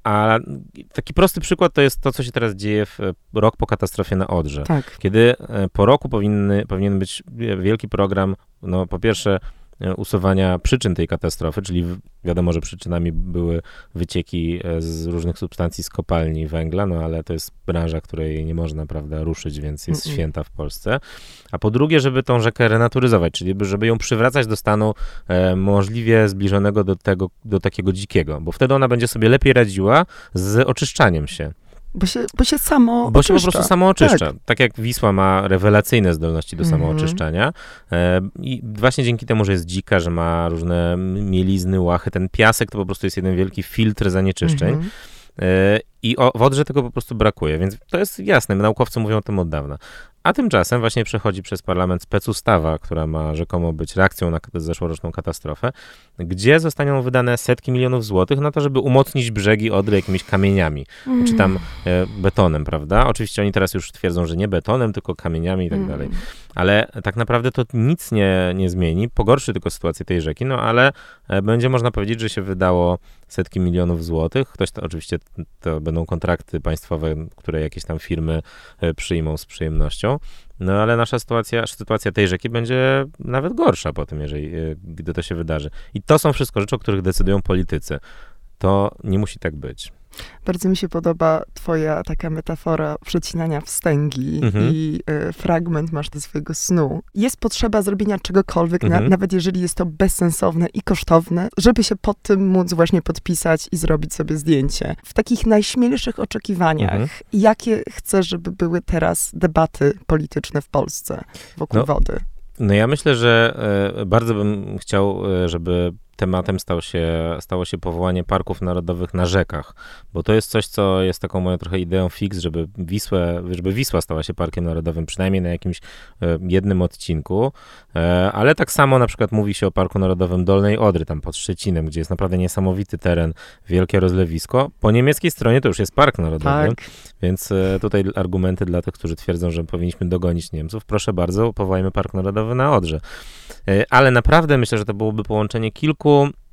A taki prosty przykład to jest to, co się teraz dzieje w rok po katastrofie na Odrze. Tak. Kiedy po roku powinny, powinien być wielki program, no po pierwsze usuwania przyczyn tej katastrofy, czyli wiadomo, że przyczynami były wycieki z różnych substancji z kopalni węgla, no ale to jest branża, której nie można, prawda, ruszyć, więc jest Mm-mm. święta w Polsce. A po drugie, żeby tą rzekę renaturyzować, czyli żeby ją przywracać do stanu e, możliwie zbliżonego do tego, do takiego dzikiego, bo wtedy ona będzie sobie lepiej radziła z oczyszczaniem się. Bo się, bo się samo Bo oczyszcza. się po prostu samo oczyszcza. Tak, tak jak Wisła ma rewelacyjne zdolności do samooczyszczania. E, I właśnie dzięki temu, że jest dzika, że ma różne mielizny, łachy, ten piasek to po prostu jest jeden wielki filtr zanieczyszczeń. Mm-hmm. E, I o, w Odrze tego po prostu brakuje, więc to jest jasne, naukowcy mówią o tym od dawna. A tymczasem właśnie przechodzi przez parlament specustawa, która ma rzekomo być reakcją na zeszłoroczną katastrofę, gdzie zostaną wydane setki milionów złotych na to, żeby umocnić brzegi Odry jakimiś kamieniami, mm. czy tam e, betonem, prawda? Oczywiście oni teraz już twierdzą, że nie betonem, tylko kamieniami i tak mm. dalej. Ale tak naprawdę to nic nie, nie zmieni, pogorszy tylko sytuację tej rzeki, no ale e, będzie można powiedzieć, że się wydało setki milionów złotych. Ktoś to, oczywiście to będą kontrakty państwowe, które jakieś tam firmy e, przyjmą z przyjemnością. No ale nasza sytuacja, sytuacja tej rzeki będzie nawet gorsza po tym, jeżeli, gdy to się wydarzy. I to są wszystko rzeczy, o których decydują politycy. To nie musi tak być. Bardzo mi się podoba twoja taka metafora przecinania wstęgi Mhm. i y, fragment masz do swojego snu. Jest potrzeba zrobienia czegokolwiek, Mhm. na, nawet jeżeli jest to bezsensowne i kosztowne, żeby się pod tym móc właśnie podpisać i zrobić sobie zdjęcie. W takich najśmielszych oczekiwaniach, Mhm. jakie chcesz, żeby były teraz debaty polityczne w Polsce wokół No. wody? No ja myślę, że e, bardzo bym chciał, e, żeby tematem stał się, stało się powołanie parków narodowych na rzekach, bo to jest coś, co jest taką moją trochę ideą fix, żeby Wisłę, żeby Wisła stała się parkiem narodowym, przynajmniej na jakimś e, jednym odcinku, e, ale tak samo na przykład mówi się o Parku Narodowym Dolnej Odry, tam pod Szczecinem, gdzie jest naprawdę niesamowity teren, wielkie rozlewisko. Po niemieckiej stronie to już jest park narodowy, Tak. więc e, tutaj argumenty dla tych, którzy twierdzą, że powinniśmy dogonić Niemców, proszę bardzo, powołajmy Park Narodowy na Odrze. E, ale naprawdę myślę, że to byłoby połączenie kilku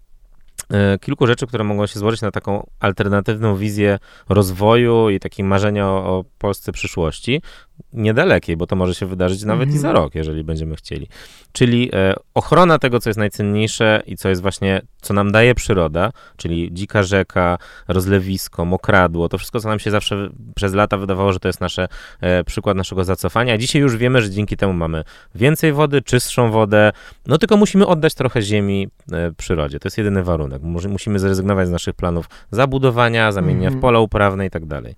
kilku rzeczy, które mogą się złożyć na taką alternatywną wizję rozwoju i takie marzenia o, o Polsce przyszłości, niedalekiej, bo to może się wydarzyć nawet mm. i za rok, jeżeli będziemy chcieli. Czyli e, ochrona tego, co jest najcenniejsze i co jest właśnie, co nam daje przyroda, czyli dzika rzeka, rozlewisko, mokradło, to wszystko, co nam się zawsze przez lata wydawało, że to jest nasze, e, przykład naszego zacofania. A dzisiaj już wiemy, że dzięki temu mamy więcej wody, czystszą wodę, no tylko musimy oddać trochę ziemi e, przyrodzie. To jest jedyny warunek. Musimy zrezygnować z naszych planów zabudowania, zamienienia mm. w pola uprawne i tak dalej.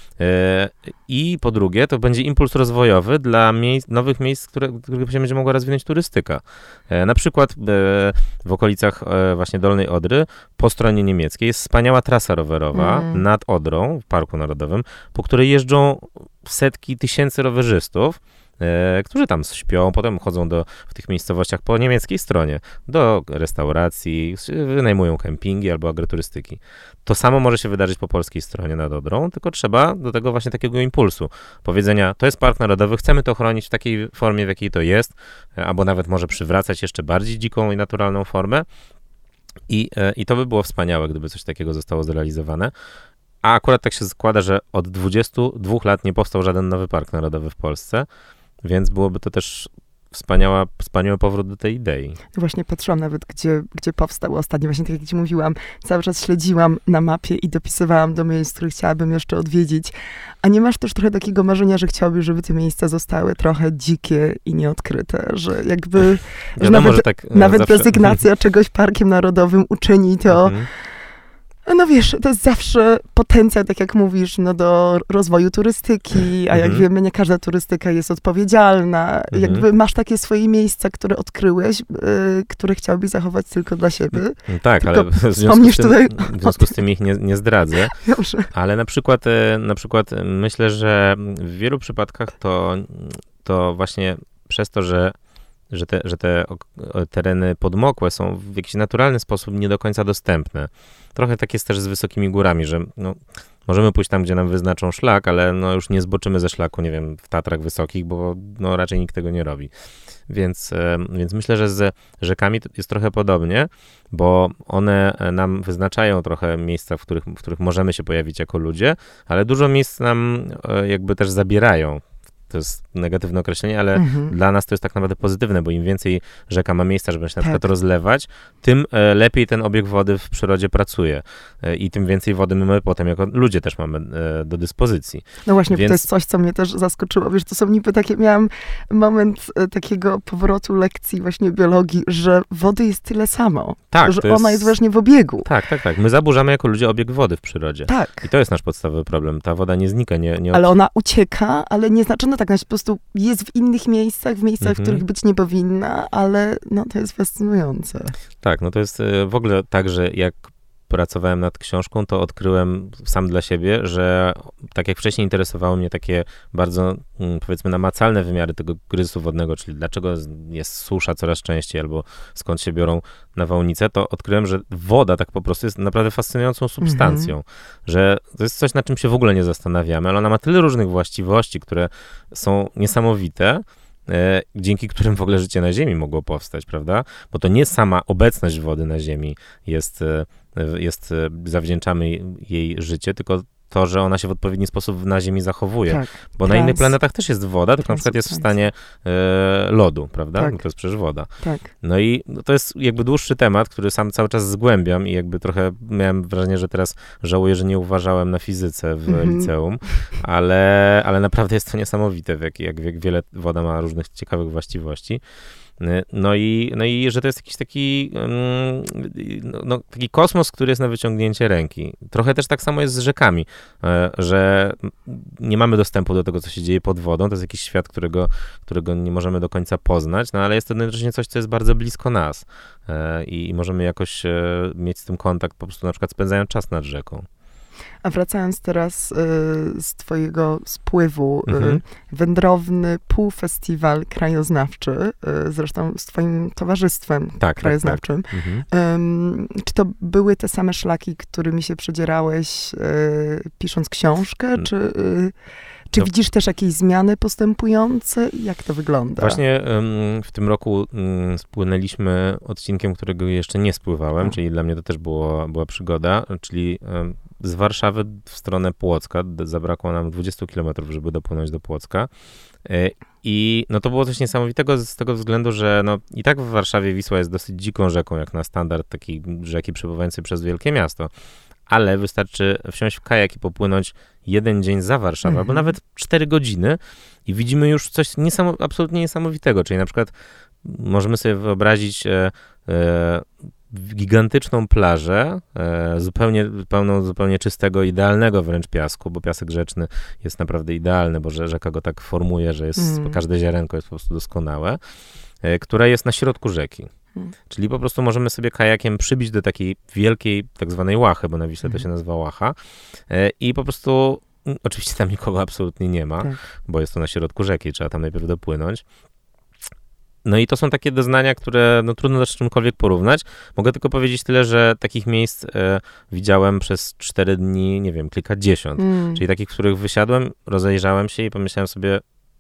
I po drugie, to będzie impuls rozwojowy dla miejsc, nowych miejsc, które, które się będzie mogła rozwinąć turystyka. Na przykład w okolicach właśnie Dolnej Odry, po stronie niemieckiej, jest wspaniała trasa rowerowa mm. nad Odrą, w Parku Narodowym, po której jeżdżą setki tysięcy rowerzystów, E, którzy tam śpią, potem chodzą do, w tych miejscowościach po niemieckiej stronie, do restauracji, wynajmują kempingi albo agroturystyki. To samo może się wydarzyć po polskiej stronie nad Odrą, tylko trzeba do tego właśnie takiego impulsu. Powiedzenia, to jest park narodowy, chcemy to chronić w takiej formie, w jakiej to jest, albo nawet może przywracać jeszcze bardziej dziką i naturalną formę. I, e, i to by było wspaniałe, gdyby coś takiego zostało zrealizowane. A akurat tak się składa, że od dwudziestu dwóch lat nie powstał żaden nowy park narodowy w Polsce, więc byłoby to też wspaniała, wspaniały powrót do tej idei. Właśnie patrzyłam nawet, gdzie, gdzie powstał ostatnio. Właśnie tak jak ci mówiłam, cały czas śledziłam na mapie i dopisywałam do miejsc, które chciałabym jeszcze odwiedzić. A nie masz też trochę takiego marzenia, że chciałabyś, żeby te miejsca zostały trochę dzikie i nieodkryte, że jakby że Wiadomo, nawet, że tak, nawet zawsze... rezygnacja czegoś parkiem narodowym uczyni to... Mhm. No wiesz, to jest zawsze potencjał, tak jak mówisz, no do rozwoju turystyki, a jak mhm. wiemy, nie każda turystyka jest odpowiedzialna. Mhm. Jakby masz takie swoje miejsca, które odkryłeś, yy, które chciałbyś zachować tylko dla siebie. No tak, tylko ale w związku, z tym, tutaj w związku z tym ich nie, nie zdradzę. Dobrze. Ale na przykład, na przykład myślę, że w wielu przypadkach to, to właśnie przez to, że że te, że te tereny podmokłe są w jakiś naturalny sposób nie do końca dostępne. Trochę tak jest też z wysokimi górami, że no, możemy pójść tam, gdzie nam wyznaczą szlak, ale no już nie zboczymy ze szlaku, nie wiem, w Tatrach Wysokich, bo no raczej nikt tego nie robi. Więc, więc myślę, że z rzekami jest trochę podobnie, bo one nam wyznaczają trochę miejsca, w których, w których możemy się pojawić jako ludzie, ale dużo miejsc nam jakby też zabierają. To jest negatywne określenie, ale mhm. dla nas to jest tak naprawdę pozytywne, bo im więcej rzeka ma miejsca, żeby się na tak. przykład rozlewać, tym e, lepiej ten obieg wody w przyrodzie pracuje e, i tym więcej wody my potem jako ludzie też mamy e, do dyspozycji. No właśnie, Więc... to jest coś, co mnie też zaskoczyło. Wiesz, to są niby takie, miałam moment e, takiego powrotu lekcji właśnie biologii, że wody jest tyle samo. Tak, że jest... ona jest właśnie w obiegu. Tak, tak, tak. My zaburzamy jako ludzie obieg wody w przyrodzie. Tak. I to jest nasz podstawowy problem. Ta woda nie znika, nie... nie od... Ale ona ucieka, ale nie znaczy, no tak, po prostu jest w innych miejscach, w miejscach, mhm. w których być nie powinna, ale no to jest fascynujące. Tak, no to jest w ogóle tak, że jak pracowałem nad książką, to odkryłem sam dla siebie, że tak jak wcześniej interesowały mnie takie bardzo, powiedzmy, namacalne wymiary tego kryzysu wodnego, czyli dlaczego jest susza coraz częściej, albo skąd się biorą nawałnice, to odkryłem, że woda tak po prostu jest naprawdę fascynującą substancją, mhm. że to jest coś, nad czym się w ogóle nie zastanawiamy, ale ona ma tyle różnych właściwości, które są niesamowite, E, dzięki którym w ogóle życie na Ziemi mogło powstać, prawda? Bo to nie sama obecność wody na Ziemi jest, e, jest e, zawdzięczamy jej życie, tylko to, że ona się w odpowiedni sposób na Ziemi zachowuje. Tak, bo trans. Na innych planetach też jest woda, tylko na przykład jest w stanie e, lodu, prawda? Tak. To jest przecież woda. Tak. No i no, to jest jakby dłuższy temat, który sam cały czas zgłębiam i jakby trochę miałem wrażenie, że teraz żałuję, że nie uważałem na fizyce w mm-hmm. liceum, ale, ale naprawdę jest to niesamowite, jak, jak, jak wiele woda ma różnych ciekawych właściwości. No i, no i że to jest jakiś taki, no, no, taki kosmos, który jest na wyciągnięcie ręki. Trochę też tak samo jest z rzekami, że nie mamy dostępu do tego, co się dzieje pod wodą. To jest jakiś świat, którego, którego nie możemy do końca poznać, no ale jest to jednocześnie coś, co jest bardzo blisko nas i, i możemy jakoś mieć z tym kontakt, po prostu na przykład spędzając czas nad rzeką. A wracając teraz y, z twojego spływu, mhm. y, wędrowny półfestiwal krajoznawczy, y, zresztą z twoim towarzystwem tak, krajoznawczym. Tak, tak. Mhm. Y, czy to były te same szlaki, którymi się przedzierałeś, y, pisząc książkę, czy... Y, Czy no. widzisz też jakieś zmiany postępujące? Jak to wygląda? Właśnie um, w tym roku um, spłynęliśmy odcinkiem, którego jeszcze nie spływałem, czyli dla mnie to też było, była przygoda, czyli um, z Warszawy w stronę Płocka. Zabrakło nam dwudziestu kilometrów, żeby dopłynąć do Płocka. I no to było coś niesamowitego z tego względu, że no i tak w Warszawie Wisła jest dosyć dziką rzeką, jak na standard takiej rzeki przepływającej przez wielkie miasto. Ale wystarczy wsiąść w kajak i popłynąć jeden dzień za Warszawę, mm-hmm. albo nawet cztery godziny i widzimy już coś niesamo, absolutnie niesamowitego, czyli na przykład możemy sobie wyobrazić e, e, gigantyczną plażę, e, zupełnie pełną zupełnie czystego, idealnego wręcz piasku, bo piasek rzeczny jest naprawdę idealny, bo rzeka go tak formuje, że jest, mm. każde ziarenko jest po prostu doskonałe, e, która jest na środku rzeki. Hmm. Czyli po prostu możemy sobie kajakiem przybić do takiej wielkiej tak zwanej łachy, bo na Wiśle hmm. to się nazywa łacha e, i po prostu, m, oczywiście tam nikogo absolutnie nie ma, tak. bo jest to na środku rzeki, trzeba tam najpierw dopłynąć. No i to są takie doznania, które no, trudno z czymkolwiek porównać. Mogę tylko powiedzieć tyle, że takich miejsc e, widziałem przez cztery dni, nie wiem, kilkadziesiąt. Hmm. Czyli takich, w których wysiadłem, rozejrzałem się i pomyślałem sobie,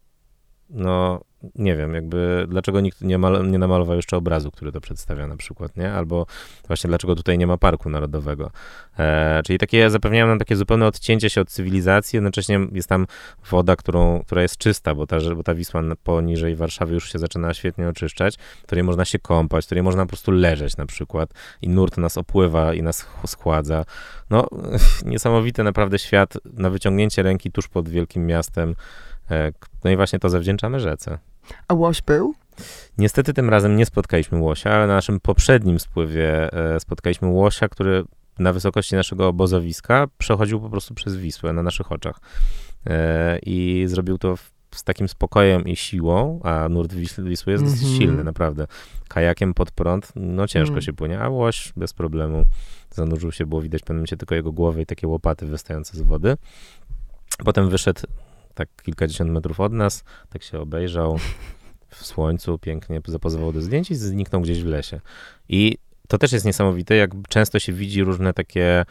no nie wiem, jakby dlaczego nikt nie, mal, nie namalował jeszcze obrazu, który to przedstawia na przykład, nie? Albo właśnie dlaczego tutaj nie ma parku narodowego. E, czyli takie, zapewniają nam takie zupełne odcięcie się od cywilizacji, jednocześnie jest tam woda, którą, która jest czysta, bo ta, bo ta Wisła poniżej Warszawy już się zaczyna świetnie oczyszczać, w której można się kąpać, w której można po prostu leżeć na przykład i nurt nas opływa i nas schładza. No, niesamowity naprawdę świat na wyciągnięcie ręki tuż pod wielkim miastem. No i właśnie to zawdzięczamy rzece. A łoś był? Niestety tym razem nie spotkaliśmy łosia, ale na naszym poprzednim spływie e, spotkaliśmy łosia, który na wysokości naszego obozowiska przechodził po prostu przez Wisłę na naszych oczach. E, I zrobił to w, z takim spokojem i siłą, a nurt Wisły, Wisły jest dosyć mm-hmm. silny, naprawdę. Kajakiem pod prąd, no ciężko mm. się płynie, a łoś bez problemu zanurzył się, było widać w pewnym momencie tylko jego głowę i takie łopaty wystające z wody. Potem wyszedł tak kilkadziesiąt metrów od nas, tak się obejrzał w słońcu, pięknie zapozował do zdjęć i zniknął gdzieś w lesie. I to też jest niesamowite, jak często się widzi różne takie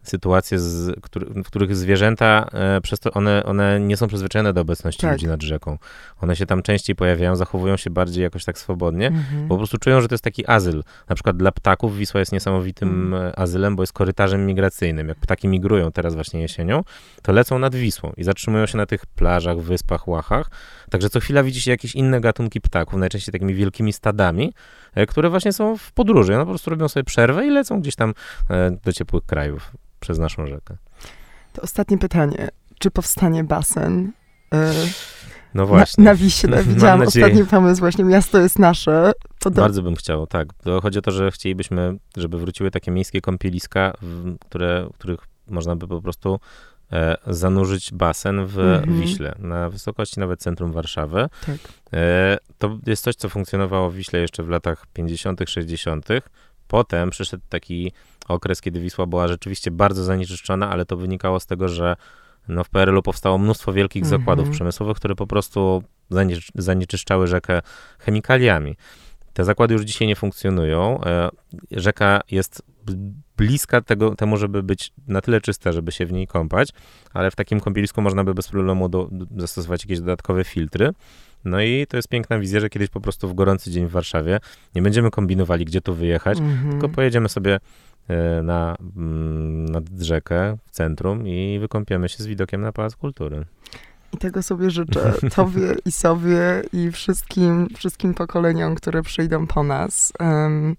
sytuacje, z, który, w których zwierzęta, e, przez to one, one nie są przyzwyczajone do obecności Tak. ludzi nad rzeką. One się tam częściej pojawiają, zachowują się bardziej jakoś tak swobodnie, Mhm. po prostu czują, że to jest taki azyl. Na przykład dla ptaków Wisła jest niesamowitym Mm. azylem, bo jest korytarzem migracyjnym. Jak ptaki migrują teraz właśnie jesienią, to lecą nad Wisłą i zatrzymują się na tych plażach, wyspach, łachach. Także co chwila widzi się jakieś inne gatunki ptaków, najczęściej takimi wielkimi stadami, e, które właśnie są w podróży. One po prostu robią sobie przerwę i lecą gdzieś tam e, do ciepłych krajów przez naszą rzekę. To ostatnie pytanie. Czy powstanie basen e, No na, właśnie. na Wiśle? Mam Widziałam nadzieję. ostatni pomysł, właśnie miasto jest nasze. To do... Bardzo bym chciał, tak. To chodzi o to, że chcielibyśmy, żeby wróciły takie miejskie kąpieliska, w, które, w których można by po prostu e, zanurzyć basen w Mhm. Wiśle, na wysokości nawet centrum Warszawy. Tak. E, to jest coś, co funkcjonowało w Wiśle jeszcze w latach pięćdziesiątych, sześćdziesiątych. Potem przyszedł taki okres, kiedy Wisła była rzeczywiście bardzo zanieczyszczona, ale to wynikało z tego, że no, w P R L u powstało mnóstwo wielkich Mhm. zakładów przemysłowych, które po prostu zanieczy- zanieczyszczały rzekę chemikaliami. Te zakłady już dzisiaj nie funkcjonują. E, Rzeka jest b- bliska tego, temu, żeby być na tyle czysta, żeby się w niej kąpać, ale w takim kąpielisku można by bez problemu do, do, zastosować jakieś dodatkowe filtry. No i to jest piękna wizja, że kiedyś po prostu w gorący dzień w Warszawie nie będziemy kombinowali, gdzie tu wyjechać, Mhm. tylko pojedziemy sobie e, na, mm, nad rzekę w centrum i wykąpiemy się z widokiem na Pałac Kultury. I tego sobie życzę tobie i sobie i wszystkim, wszystkim pokoleniom, które przyjdą po nas. Um,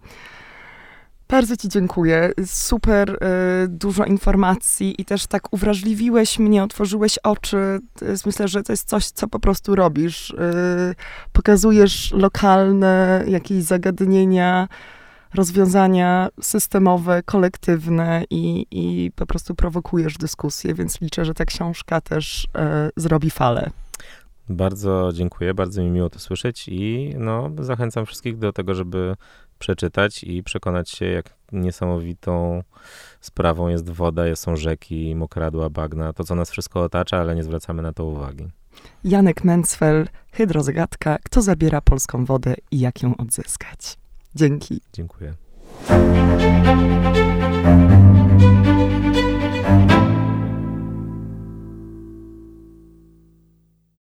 bardzo ci dziękuję. Super y, dużo informacji i też tak uwrażliwiłeś mnie, otworzyłeś oczy. To jest, myślę, że to jest coś, co po prostu robisz. Y, pokazujesz lokalne jakieś zagadnienia, rozwiązania systemowe, kolektywne i, i po prostu prowokujesz dyskusję, więc liczę, że ta książka też e, zrobi falę. Bardzo dziękuję, bardzo mi miło to słyszeć i no, zachęcam wszystkich do tego, żeby przeczytać i przekonać się, jak niesamowitą sprawą jest woda, są rzeki, mokradła, bagna, to co nas wszystko otacza, ale nie zwracamy na to uwagi. Janek Mencfel, Hydrozagadka. Kto zabiera polską wodę i jak ją odzyskać? Dzięki. Dziękuję.